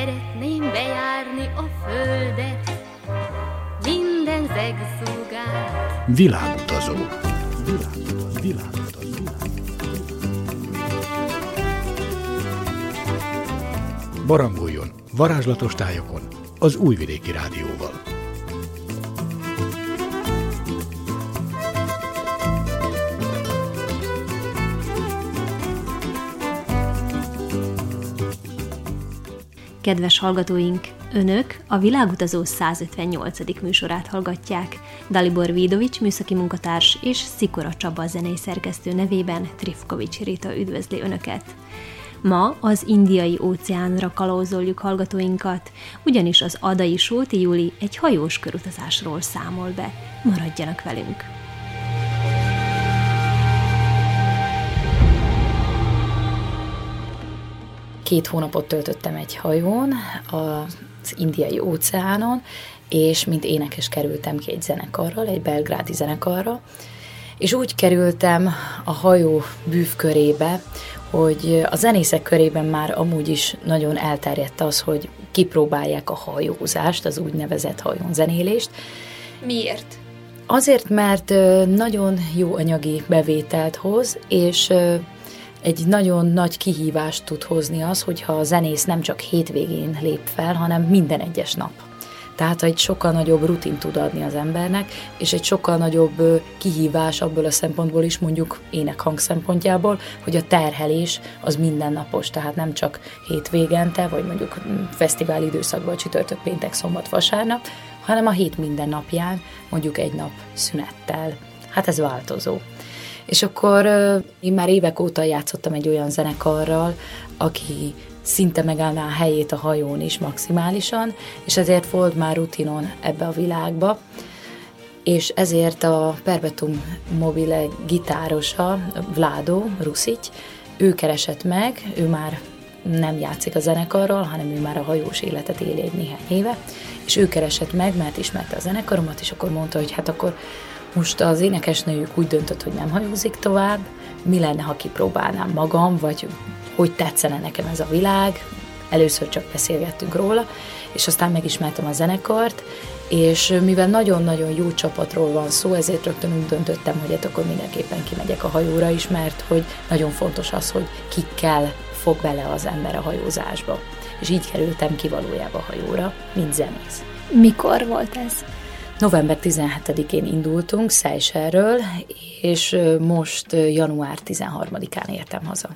szeretném bejárni a földet, minden zegszúgát. Világutazó. Barangoljon varázslatos tájokon az Újvidéki Rádióval. Kedves hallgatóink, Önök a Világutazó 158. műsorát hallgatják. Dalibor Vidovics műszaki munkatárs és Szikora Csaba zenei szerkesztő nevében Trifkovics Rita üdvözli Önöket. Ma az Indiai óceánra kalauzoljuk hallgatóinkat, ugyanis az adai Sóti Júli egy hajós körutazásról számol be. Maradjanak velünk! Két hónapot töltöttem egy hajón, az Indiai óceánon, és mint énekes kerültem ki egy zenekarral, egy belgrádi zenekarra, és úgy kerültem a hajó bűvkörébe, hogy a zenészek körében már amúgy is nagyon elterjedt az, hogy kipróbálják a hajózást, az úgynevezett hajónzenélést. Miért? Azért, mert nagyon jó anyagi bevételt hoz, és egy nagyon nagy kihívást tud hozni az, hogyha a zenész nem csak hétvégén lép fel, hanem minden egyes nap. Tehát egy sokkal nagyobb rutin tud adni az embernek, és egy sokkal nagyobb kihívás abból a szempontból is, mondjuk énekhang szempontjából, hogy a terhelés az mindennapos, tehát nem csak hétvégente, vagy mondjuk fesztivál időszakban csütörtök, péntek, szombat, vasárnap, hanem a hét minden napján, mondjuk egy nap szünettel. Hát ez változó. És akkor én már évek óta játszottam egy olyan zenekarral, aki szinte megállná a helyét a hajón is maximálisan, és ezért volt már rutinon ebbe a világba, és ezért a Perpetuum mobile gitárosa, Vlado Rusic, ő keresett meg, ő már nem játszik a zenekarral, hanem ő már a hajós életet éli egy néhány éve, és ő keresett meg, mert ismerte a zenekaromat, és akkor mondta, hogy hát akkor most az énekesnőjük úgy döntött, hogy nem hajózik tovább, mi lenne, ha kipróbálnám magam, vagy hogy tetszene nekem ez a világ. Először csak beszélgettünk róla, és aztán megismertem a zenekart, és mivel nagyon-nagyon jó csapatról van szó, ezért rögtön úgy döntöttem, hogy hát akkor mindenképpen kimegyek a hajóra is, mert hogy nagyon fontos az, hogy kikkel fog bele az ember a hajózásba. És így kerültem ki valójában a hajóra, mint zenész. Mikor volt ez? November 17-én indultunk Seychellről, és most január 13-án értem haza.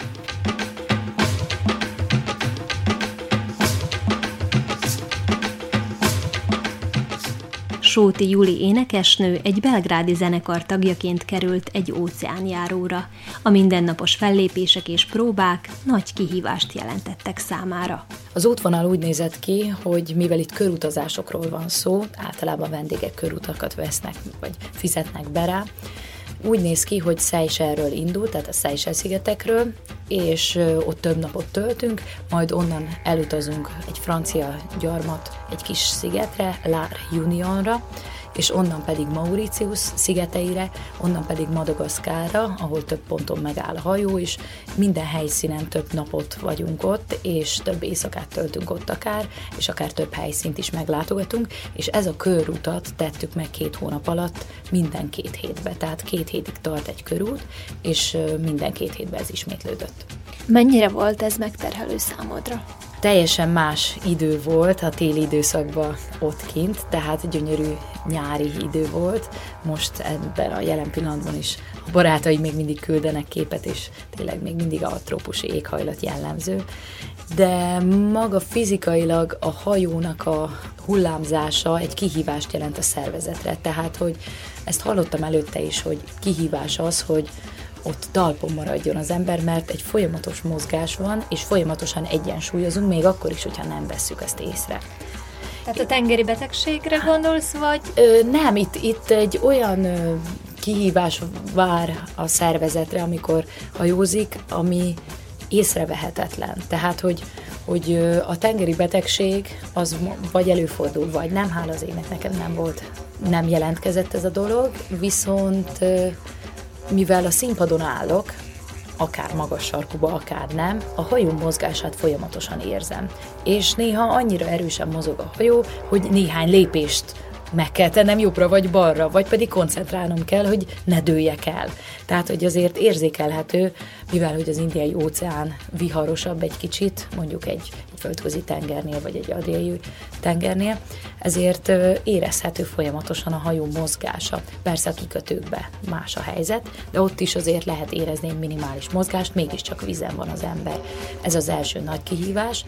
Sóti Júli énekesnő egy belgrádi zenekar tagjaként került egy óceánjáróra. A mindennapos fellépések és próbák nagy kihívást jelentettek számára. Az útvonal úgy nézett ki, hogy mivel itt körutazásokról van szó, általában vendégek körutakat vesznek, vagy fizetnek be rá, úgy néz ki, hogy Seychellről indult, tehát a Seychell-szigetekről, és ott több napot töltünk, majd onnan elutazunk egy francia gyarmat egy kis szigetre, La Réunionra, és onnan pedig Mauritius szigeteire, onnan pedig Madagaszkárra, ahol több ponton megáll a hajó is. Minden helyszínen több napot vagyunk ott, és több éjszakát töltünk ott akár, és akár több helyszínt is meglátogatunk, és ez a körutat tettük meg 2 hónap alatt minden 2 hétbe. Tehát 2 hétig tart egy körút, és minden 2 hétben ez ismétlődött. Mennyire volt ez megterhelő számodra? Teljesen más idő volt a téli időszakban ott kint, tehát gyönyörű nyári idő volt. Most ebben a jelen pillanatban is a barátai még mindig küldenek képet, és tényleg még mindig a trópusi éghajlat jellemző. De maga fizikailag a hajónak a hullámzása egy kihívást jelent a szervezetre. Tehát, hogy ezt hallottam előtte is, hogy kihívás az, hogy ott talpon maradjon az ember, mert egy folyamatos mozgás van, és folyamatosan egyensúlyozunk, még akkor is, hogyha nem vesszük ezt észre. Tehát a tengeri betegségre gondolsz, vagy? Nem, itt egy olyan kihívás vár a szervezetre, amikor hajózik, ami észrevehetetlen. Tehát, hogy a tengeri betegség az vagy előfordul, vagy nem, hála az égnek nekem nem jelentkezett ez a dolog, viszont mivel a színpadon állok, akár magas sarkuba, akár nem, a hajó mozgását folyamatosan érzem. És néha annyira erősen mozog a hajó, hogy néhány lépést meg kell tennem jobbra vagy balra, vagy pedig koncentrálnom kell, hogy ne dőljek el. Tehát, hogy azért érzékelhető, mivel hogy az Indiai óceán viharosabb egy kicsit, mondjuk egy földközi tengernél, vagy egy adriai tengernél, ezért érezhető folyamatosan a hajó mozgása. Persze a kikötőkben más a helyzet, de ott is azért lehet érezni egy minimális mozgást, mégiscsak vízen van az ember. Ez az első nagy kihívás.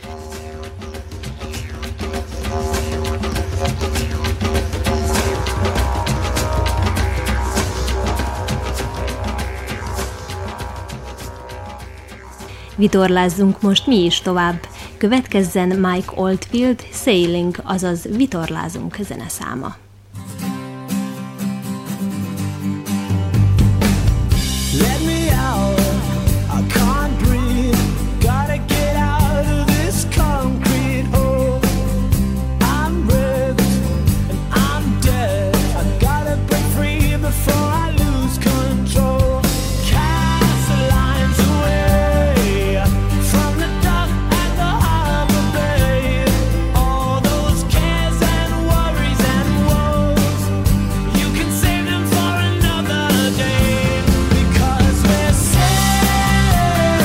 Vitorlázzunk most mi is tovább. Következzen Mike Oldfield Sailing, azaz Vitorlázunk zeneszáma. Let me out, I can't breathe, gotta get out of this concrete hole. I'm ripped and I'm dead, I gotta break free before I lose control. Cast the lines away from the dock and the harbor bay. All those cares and worries and woes, you can save them for another day. Because we're sailing,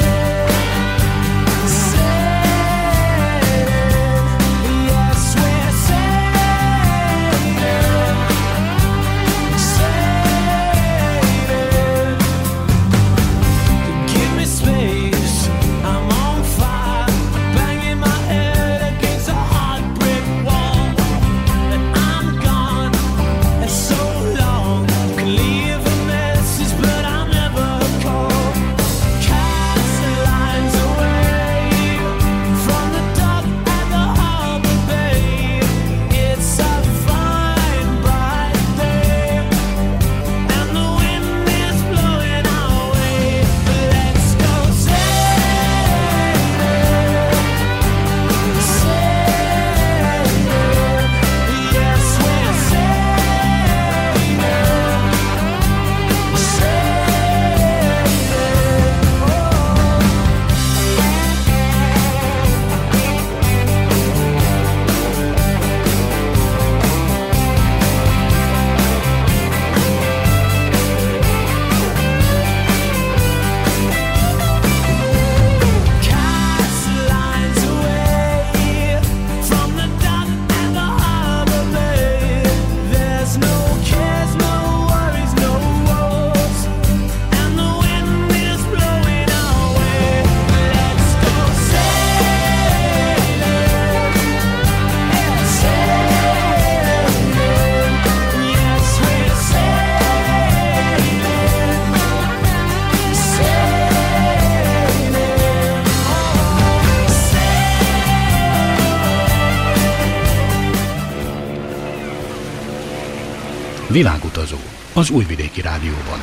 yes we're sailing, give me space, I'm on fire, banging my head against a hard brick wall, and I'm gone, and so long, can leave a message but I'll never call. Cast the lines away from the dock and the harbor bay. It's a fine bright day, and the wind is blowing our way. Let's go sailing, sailing. Yes, we're sailing, cast the lines away from the dock and the harbor bay. There's no cares, no worries, no woes, and the wind is blowing our way. Let's go sailing, sailing. Yes, we're sailing, Világutazó az Újvidéki Rádióban.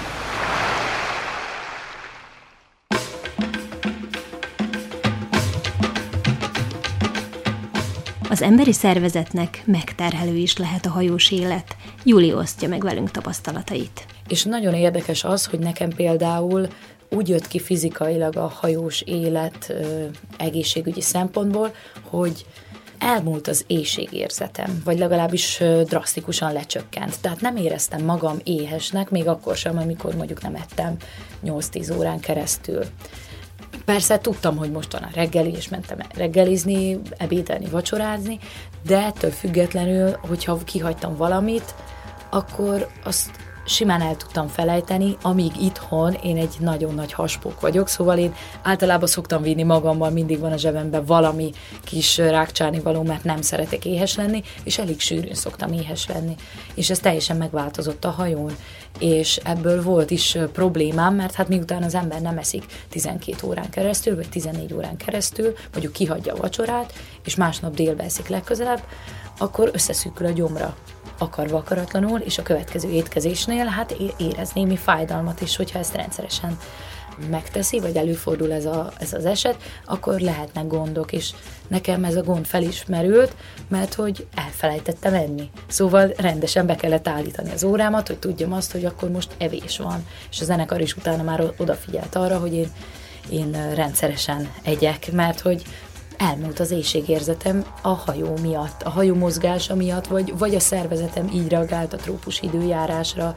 Az emberi szervezetnek megterhelő is lehet a hajós élet. Júli osztja meg velünk tapasztalatait. És nagyon érdekes az, hogy nekem például úgy jött ki fizikailag a hajós élet egészségügyi szempontból, hogy elmúlt az éhségérzetem, vagy legalábbis drasztikusan lecsökkent. Tehát nem éreztem magam éhesnek, még akkor sem, amikor mondjuk nem ettem 8-10 órán keresztül. Persze tudtam, hogy most van a reggeli, és mentem reggelizni, ebédelni, vacsorázni, de ettől függetlenül, hogyha kihagytam valamit, akkor azt simán el tudtam felejteni, amíg itthon én egy nagyon nagy haspók vagyok, szóval én általában szoktam vinni magammal, mindig van a zsebemben valami kis rákcsálnivaló, mert nem szeretek éhes lenni, és elég sűrűn szoktam éhes lenni. És ez teljesen megváltozott a hajón, és ebből volt is problémám, mert hát miután az ember nem eszik 12 órán keresztül, vagy 14 órán keresztül, mondjuk kihagyja a vacsorát, és másnap délbe eszik legközelebb, akkor összeszűkül a gyomra, akarva akaratlanul, és a következő étkezésnél hát érez némi fájdalmat is, hogyha ezt rendszeresen megteszi, vagy előfordul ez az eset, akkor lehetnek gondok, és nekem ez a gond felismerült, mert hogy elfelejtettem enni. Szóval rendesen be kellett állítani az órámat, hogy tudjam azt, hogy akkor most evés van. És a zenekar is utána már odafigyelt arra, hogy én rendszeresen egyek, mert hogy elmúlt az éhségérzetem a hajó miatt, a hajó mozgása miatt, vagy a szervezetem így reagált a trópusi időjárásra.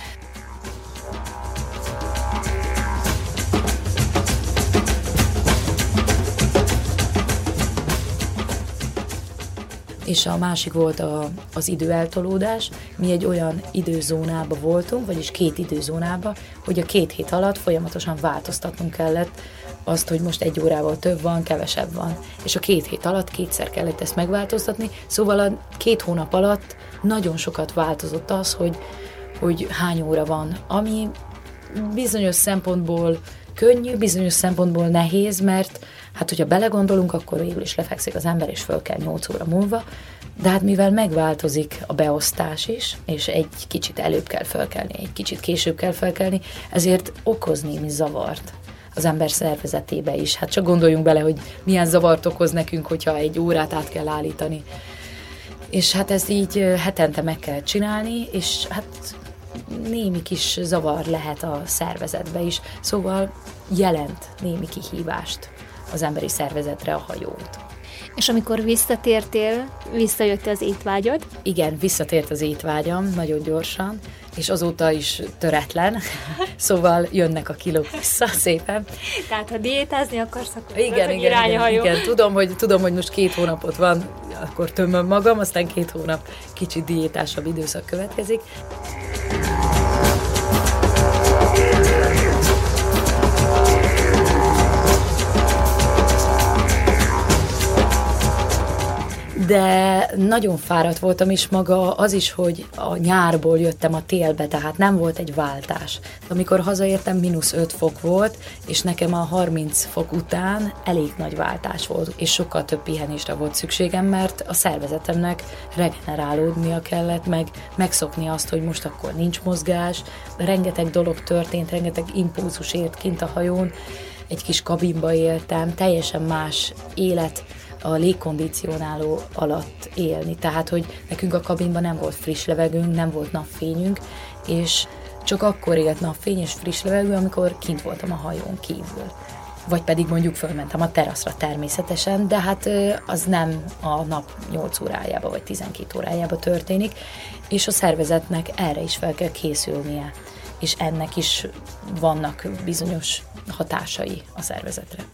És a másik volt az időeltolódás. Mi egy olyan időzónában voltunk, vagyis 2 időzónában, hogy a 2 hét alatt folyamatosan változtatnunk kellett azt, hogy most 1 órával több van, kevesebb van. És a 2 hét alatt 2-szer kellett ezt megváltoztatni, szóval a 2 hónap alatt nagyon sokat változott az, hogy hány óra van, ami bizonyos szempontból könnyű, bizonyos szempontból nehéz, mert hát, hogyha belegondolunk, akkor végül is lefekszik az ember, és föl kell 8 óra múlva, de hát mivel megváltozik a beosztás is, és egy kicsit előbb kell felkelni, egy kicsit később kell felkelni, ezért okoz némi zavart az ember szervezetébe is. Hát csak gondoljunk bele, hogy milyen zavart okoz nekünk, hogyha 1 órát át kell állítani. És hát ezt így hetente meg kell csinálni, és hát némi kis zavar lehet a szervezetbe is, szóval jelent némi kihívást az emberi szervezetre a hajót. És amikor visszatértél, visszajött az étvágyad? Igen, visszatért az étvágyam nagyon gyorsan, és azóta is töretlen, szóval jönnek a kilók vissza szépen. Tehát, ha diétázni akarsz, akkor igen, tudom, hogy most 2 hónapot van, akkor tömöm magam, aztán 2 hónap kicsit diétásabb időszak következik. De nagyon fáradt voltam is, maga az is, hogy a nyárból jöttem a télbe, tehát nem volt egy váltás. Amikor hazaértem, -5 fok volt, és nekem a 30 fok után elég nagy váltás volt, és sokkal több pihenésre volt szükségem, mert a szervezetemnek regenerálódnia kellett, megszokni azt, hogy most akkor nincs mozgás, rengeteg dolog történt, rengeteg impulzus ért kint a hajón, egy kis kabinba éltem, teljesen más élet a légkondicionáló alatt élni. Tehát, hogy nekünk a kabinban nem volt friss levegőnk, nem volt napfényünk, és csak akkor élt napfény és friss levegő, amikor kint voltam a hajón kívül. Vagy pedig mondjuk fölmentem a teraszra természetesen, de hát az nem a nap 8 órájába vagy 12 órájába történik, és a szervezetnek erre is fel kell készülnie, és ennek is vannak bizonyos hatásai a szervezetre.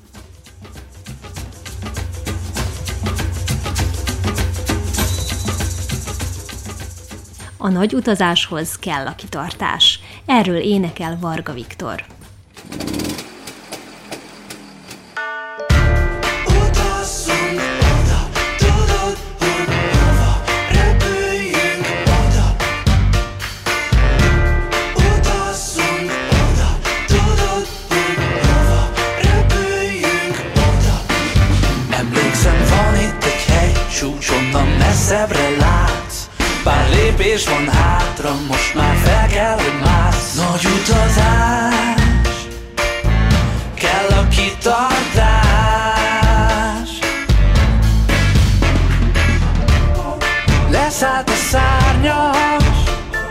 A nagy utazáshoz kell a kitartás. Erről énekel Varga Viktor. Utazzunk oda, tudod, hogy hova, repüljünk oda. Utazzunk oda, tudod, hogy hova, repüljünk oda. Emlékszem, van itt egy hegy, csúcs, onnan messzebbre látsz. Pár lépés van hátra, most már fel kell, hogy mász. Nagy utazás, kell a kitartás. Leszállt a szárnyas,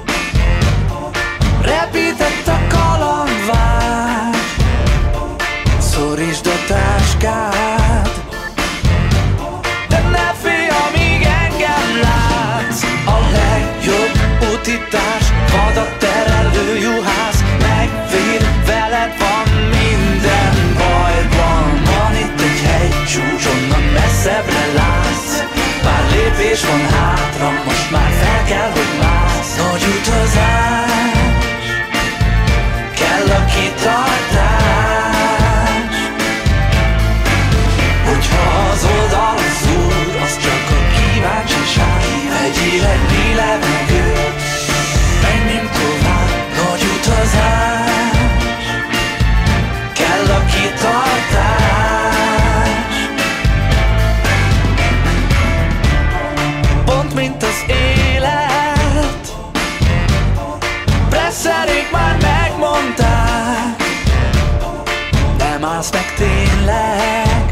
repített a kalandvágy. Szorítsd a táskád, de ne félj, amíg engem látsz. A legjobb utitás, vad a terelő juhász, megvéd, veled van minden bajban. Van itt egy hegycsúcs, onnan messzebbre látsz. Pár lépés van hátra, most már fel kell, hogy mász. Nagy utazás, kell a kitartás. Hogyha az oldal az út, az csak a kíváncsiság. Vegyél egy levegőt, menjünk tovább. Nagy utazás, állsz meg tényleg.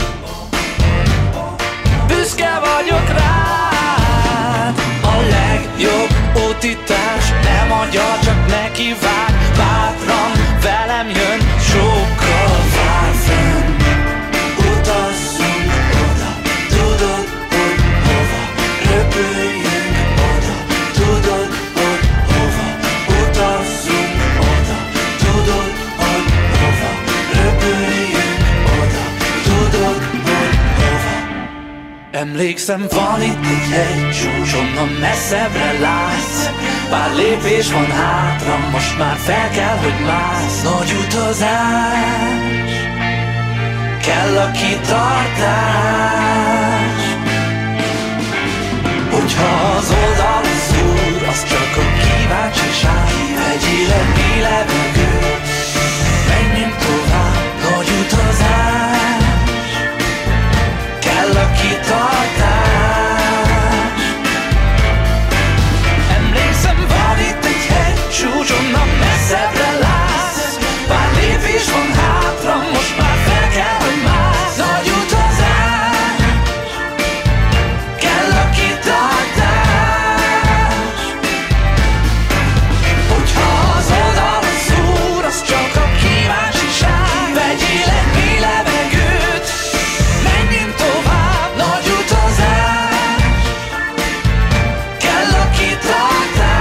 Büszke vagyok rád, a legjobb ótitás. Nem adja, csak neki vág, bátran velem jön, sokkal vár fenn. Utazzunk oda, tudod, hogy hova, röpüljünk oda, tudod, hogy hova, utazzunk oda, tudod, hogy hova, röpüljünk oda, tudod, hogy hova. Emlékszem, van itt egy hegy, csúcson, messzebbre látsz. Pár lépés van hátra, most már fel kell, hogy mász. Nagy utazás, kell a kitartás. Hogyha az oldal szúr, az csak a kíváncsiság. Vegyél mi levegőt, menjünk tovább. Nagy utazás, kell a kitartás. Emlékszem, van itt egy hegy, csúcson, messzebbre látsz. Pár lépés van hátra, most már fel kell, hogy mász. Nagy utazás, kell a kitartás. Hogyha az oldal szúr, az csak a kíváncsiság. Vegyél egy mély levegőt, menjünk tovább. Nagy utazás, kell a kitartás.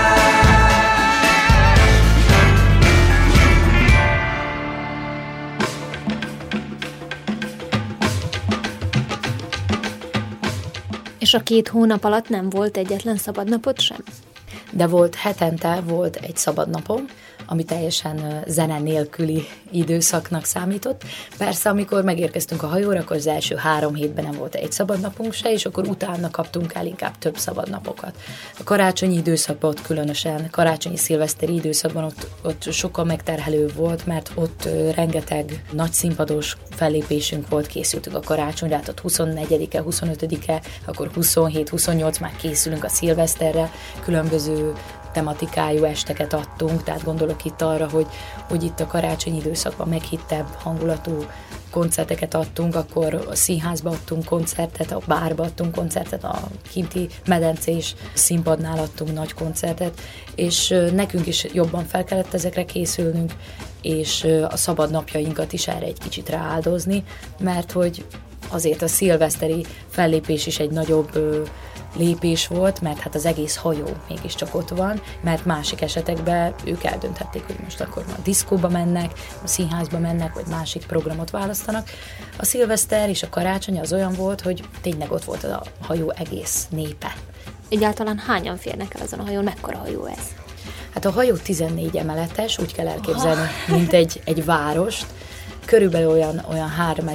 És a 2 hónap alatt nem volt egyetlen szabadnapot sem? De hetente volt egy szabadnapom, ami teljesen zene nélküli időszaknak számított. Persze, amikor megérkeztünk a hajóra, akkor az első 3 hétben nem volt egy szabadnapunk se, és akkor utána kaptunk el inkább több szabadnapokat. A karácsonyi időszakban ott különösen, karácsonyi szilveszteri időszakban ott sokkal megterhelő volt, mert ott rengeteg nagy színpados fellépésünk volt, készültünk a karácsonyra, hát ott 24-e, 25-e, akkor 27-28 már készülünk a szilveszterre, különböző tematikájú esteket adtunk, tehát gondolok itt arra, hogy itt a karácsonyi időszakban meghittebb hangulatú koncerteket adtunk, akkor a színházba adtunk koncertet, a bárba adtunk koncertet, a kinti medencés színpadnál adtunk nagy koncertet, és nekünk is jobban fel kellett ezekre készülnünk, és a szabad napjainkat is erre egy kicsit rááldozni, mert hogy azért a szilveszteri fellépés is egy nagyobb lépés volt, mert hát az egész hajó mégiscsak ott van, mert másik esetekben ők eldönthették, hogy most akkor a diszkóba mennek, a színházba mennek, vagy másik programot választanak. A szilveszter és a karácsony az olyan volt, hogy tényleg ott volt a hajó egész népe. Egyáltalán hányan férnek el azon a hajón? Mekkora hajó ez? Hát a hajó 14 emeletes, úgy kell elképzelni, mint egy várost. Körülbelül olyan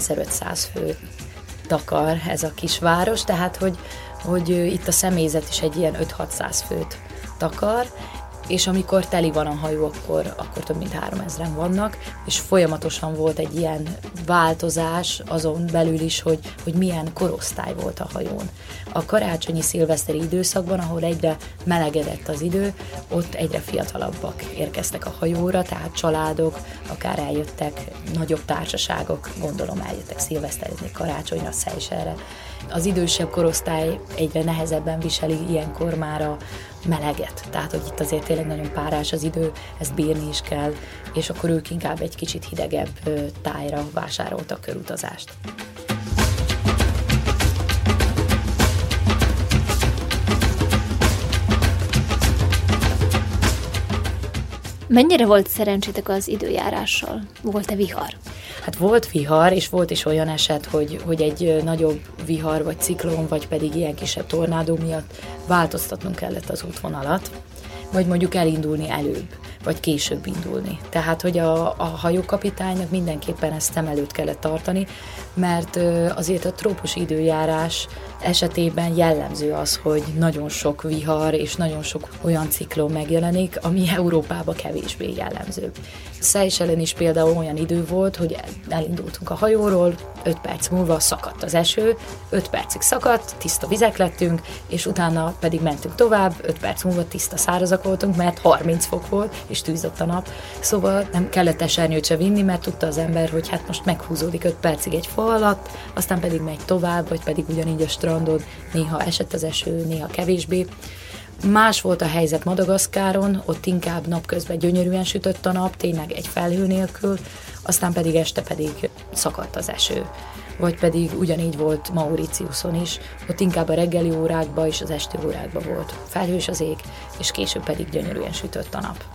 3500 fő takar ez a kis város, tehát hogy itt a személyzet is egy ilyen 5-600 főt takar, és amikor teli van a hajó, akkor több mint 3000-en vannak, és folyamatosan volt egy ilyen változás azon belül is, hogy milyen korosztály volt a hajón. A karácsonyi szilveszteri időszakban, ahol egyre melegedett az idő, ott egyre fiatalabbak érkeztek a hajóra, tehát családok, akár eljöttek nagyobb társaságok, gondolom eljöttek szilveszterezni, karácsonyra, Seychellre. Az idősebb korosztály egyre nehezebben viseli ilyenkor már a meleget, tehát hogy itt azért tényleg nagyon párás az idő, ezt bírni is kell, és akkor ők inkább egy kicsit hidegebb tájra vásároltak körutazást. Mennyire volt szerencsétek az időjárással? Volt-e vihar? Hát volt vihar, és volt is olyan eset, hogy egy nagyobb vihar, vagy ciklon, vagy pedig ilyen kisebb tornádó miatt változtatnunk kellett az útvonalat, vagy mondjuk elindulni előbb, vagy később indulni. Tehát, hogy a hajókapitánynak mindenképpen ezt szem előtt kellett tartani, mert azért a trópusi időjárás esetében jellemző az, hogy nagyon sok vihar és nagyon sok olyan ciklon megjelenik, ami Európában kevésbé jellemző. Seychellen is például olyan idő volt, hogy elindultunk a hajóról, 5 perc múlva szakadt az eső, 5 percig szakadt, tiszta vizek lettünk, és utána pedig mentünk tovább, 5 perc múlva tiszta szárazak voltunk, mert 30 fok volt, és tűzött a nap. Szóval nem kellett esernyőt se vinni, mert tudta az ember, hogy hát most meghúzódik 5 percig egy fa alatt, aztán pedig megy tovább, vagy pedig ugyanígy a strandon, néha esett az eső, néha kevésbé. Más volt a helyzet Madagaszkáron, ott inkább napközben gyönyörűen sütött a nap, tényleg egy felhő nélkül, aztán pedig este pedig szakadt az eső. Vagy pedig ugyanígy volt Mauritiuson is, ott inkább a reggeli órákban és az esti órákban volt felhős az ég, és később pedig gyönyörűen sütött a nap.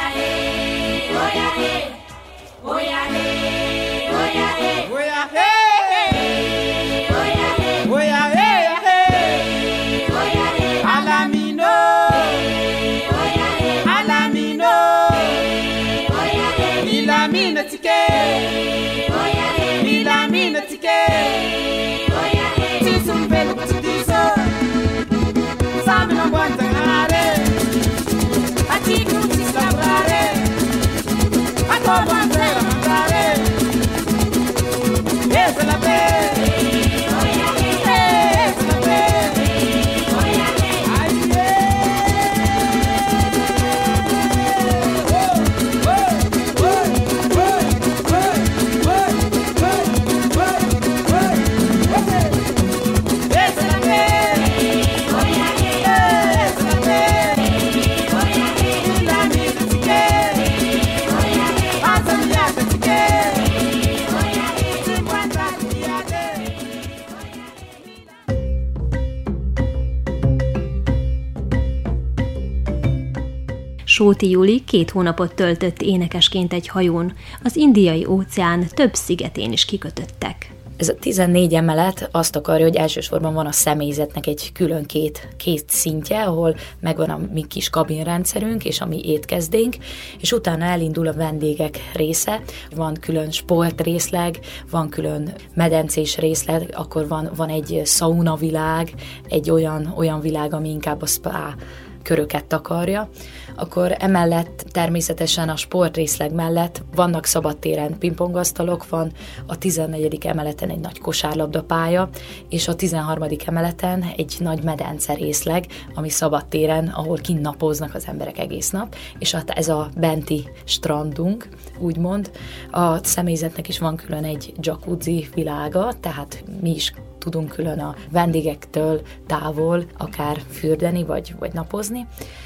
Sóti Juli 2 hónapot töltött énekesként egy hajón, az Indiai-óceán több szigetén is kikötöttek. Ez a 14 emelet azt akarja, hogy elsősorban van a személyzetnek egy külön két szintje, ahol megvan a mi kis kabinrendszerünk és a mi étkezdénk, és utána elindul a vendégek része, van külön sportrészleg, van külön medencés részleg, akkor van egy szaunavilág, egy olyan világ, ami inkább a spa köröket takarja, akkor emellett természetesen a sportrészleg mellett vannak szabadtéren pingpongasztalok, van a 14. emeleten egy nagy kosárlabdapálya, és a 13. emeleten egy nagy medence részleg, ami szabadtéren, ahol kint napoznak az emberek egész nap, és ez a benti strandunk, úgymond. A személyzetnek is van külön egy jacuzzi világa, tehát mi is tudunk külön a vendégektől távol akár fürdeni, vagy napozni.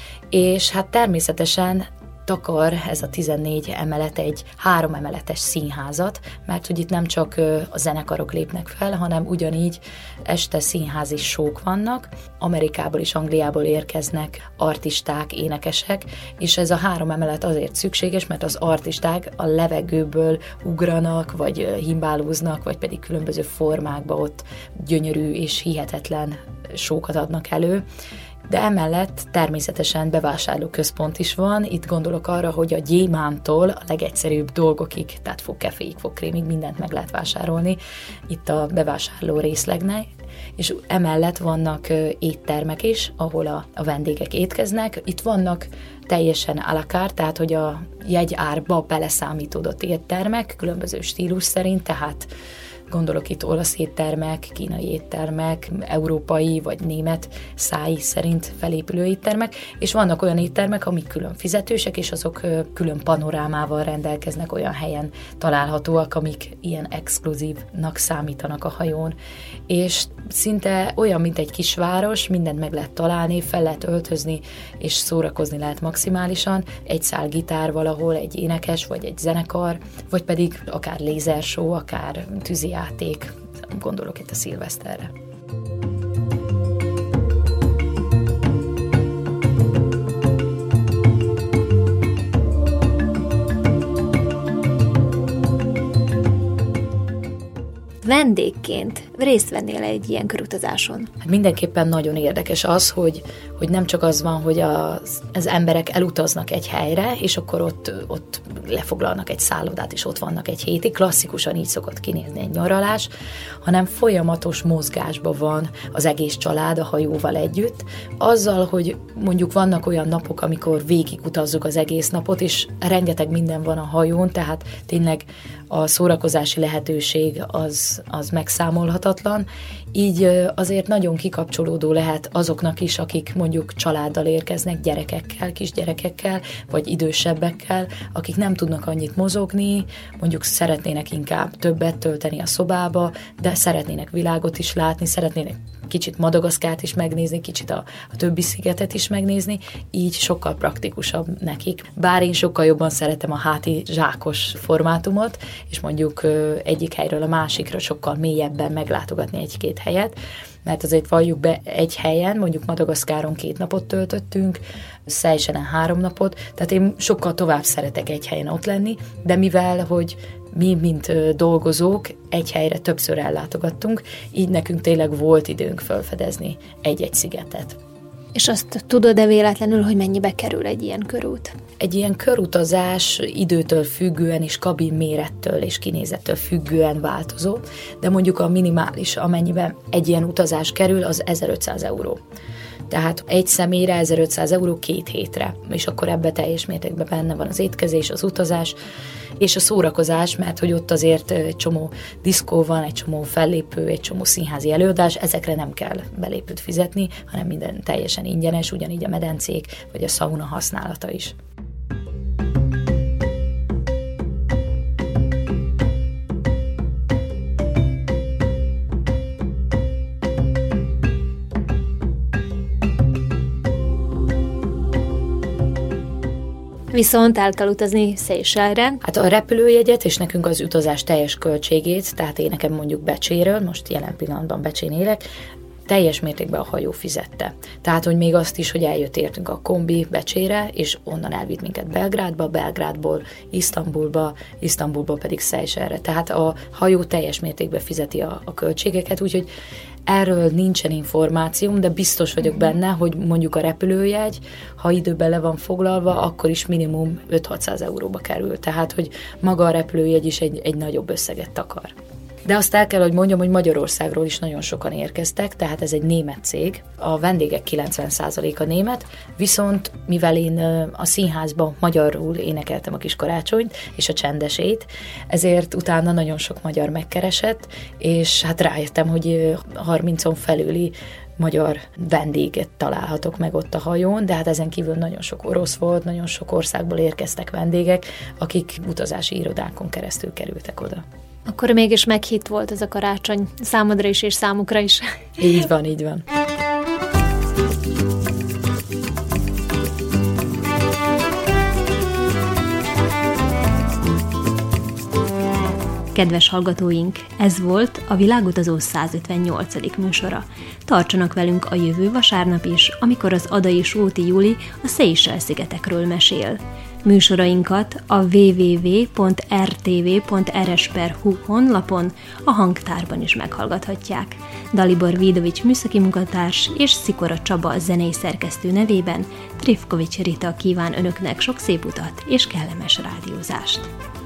És hát természetesen takar ez a 14 emelet egy 3 emeletes színházat, mert hogy itt nem csak a zenekarok lépnek fel, hanem ugyanígy este színházi show-k vannak, Amerikából és Angliából érkeznek artisták, énekesek, és ez a 3 emelet azért szükséges, mert az artisták a levegőből ugranak, vagy himbálóznak, vagy pedig különböző formákba ott gyönyörű és hihetetlen show-kat adnak elő. De emellett természetesen bevásárlóközpont is van, itt gondolok arra, hogy a gyémántól a legegyszerűbb dolgokig, tehát fogkeféig, fogkrémig mindent meg lehet vásárolni itt a bevásárló részlegnek, és emellett vannak éttermek is, ahol a vendégek étkeznek. Itt vannak teljesen à la carte, tehát hogy a jegyárba beleszámítódott éttermek, különböző stílus szerint, tehát gondolok itt olasz éttermek, kínai éttermek, európai vagy német száj szerint felépülő éttermek, és vannak olyan éttermek, amik külön fizetősek, és azok külön panorámával rendelkeznek, olyan helyen találhatóak, amik ilyen exkluzívnak számítanak a hajón. És szinte olyan, mint egy kisváros, mindent meg lehet találni, fel lehet öltözni, és szórakozni lehet maximálisan. Egy szál gitár valahol, egy énekes, vagy egy zenekar, vagy pedig akár lézershow, akár tűzijáték, gondolok itt a szilveszterre. Vendégként részt vennél egy ilyen körutazáson? Hát mindenképpen nagyon érdekes az, hogy nem csak az van, hogy az emberek elutaznak egy helyre, és akkor ott lefoglalnak egy szállodát, és ott vannak egy hétig, klasszikusan így szokott kinézni egy nyaralás, hanem folyamatos mozgásban van az egész család a hajóval együtt. Azzal, hogy mondjuk vannak olyan napok, amikor végigutazzuk az egész napot, és rengeteg minden van a hajón, tehát tényleg a szórakozási lehetőség az megszámolhatatlan, így azért nagyon kikapcsolódó lehet azoknak is, akik mondjuk családdal érkeznek, gyerekekkel, kisgyerekekkel, vagy idősebbekkel, akik nem tudnak annyit mozogni, mondjuk szeretnének inkább többet tölteni a szobába, de szeretnének világot is látni, szeretnének kicsit Madagaszkárt is megnézni, kicsit a többi szigetet is megnézni, így sokkal praktikusabb nekik. Bár én sokkal jobban szeretem a háti zsákos formátumot, és mondjuk egyik helyről a másikra sokkal mélyebben meglátogatni egy-két helyet, mert azért valljuk be, egy helyen, mondjuk Madagaszkáron 2 napot töltöttünk, Seychellen 3 napot, tehát én sokkal tovább szeretek egy helyen ott lenni, de mivel, hogy mi, mint dolgozók, egy helyre többször ellátogattunk, így nekünk tényleg volt időnk felfedezni egy-egy szigetet. És azt tudod-e véletlenül, hogy mennyibe kerül egy ilyen körút? Egy ilyen körutazás időtől függően és kabin mérettől és kinézettől függően változó, de mondjuk a minimális, amennyiben egy ilyen utazás kerül, az 1500 euró. Tehát egy személyre 1500 euró 2 hétre, és akkor ebbe teljes mértékben benne van az étkezés, az utazás, és a szórakozás, mert hogy ott azért egy csomó diszkó van, egy csomó fellépő, egy csomó színházi előadás, ezekre nem kell belépőt fizetni, hanem minden teljesen ingyenes, ugyanígy a medencék, vagy a szauna használata is. Viszont el kell utazni Seychellre. Hát a repülőjegyet és nekünk az utazás teljes költségét, tehát én nekem mondjuk Becséről, most jelen pillanatban Becsén élek, teljes mértékben a hajó fizette. Tehát, hogy még azt is, hogy eljött értünk a kombi Becsére, és onnan elvitt minket Belgrádba, Belgrádból Isztambulba, Isztambulból pedig Seychellre. Tehát a hajó teljes mértékben fizeti a költségeket, úgyhogy erről nincsen információm, de biztos vagyok benne, hogy mondjuk a repülőjegy, ha időben le van foglalva, akkor is minimum 5-600 euróba kerül. Tehát, hogy maga a repülőjegy is egy nagyobb összeget takar. De azt el kell, hogy mondjam, hogy Magyarországról is nagyon sokan érkeztek, tehát ez egy német cég. A vendégek 90%-a német, viszont mivel én a színházban magyarul énekeltem a Kis Karácsonyt és a Csendesét, ezért utána nagyon sok magyar megkeresett, és hát rájöttem, hogy 30-on felüli magyar vendéget találhatok meg ott a hajón, de hát ezen kívül nagyon sok orosz volt, nagyon sok országból érkeztek vendégek, akik utazási irodákon keresztül kerültek oda. Akkor mégis meghitt volt ez a karácsony számodra is és számukra is. Így van, így van. Kedves hallgatóink, ez volt a Világutazó 158. műsora. Tartsanak velünk a jövő vasárnap is, amikor az Adai Sóti Júli a Seychell-szigetekről mesél. Műsorainkat a www.rtv.rs.hu honlapon, a hangtárban is meghallgathatják. Dalibor Vidovics műszaki munkatárs és Szikora Csaba zenei szerkesztő nevében Trifkovics Rita kíván önöknek sok szép utat és kellemes rádiózást.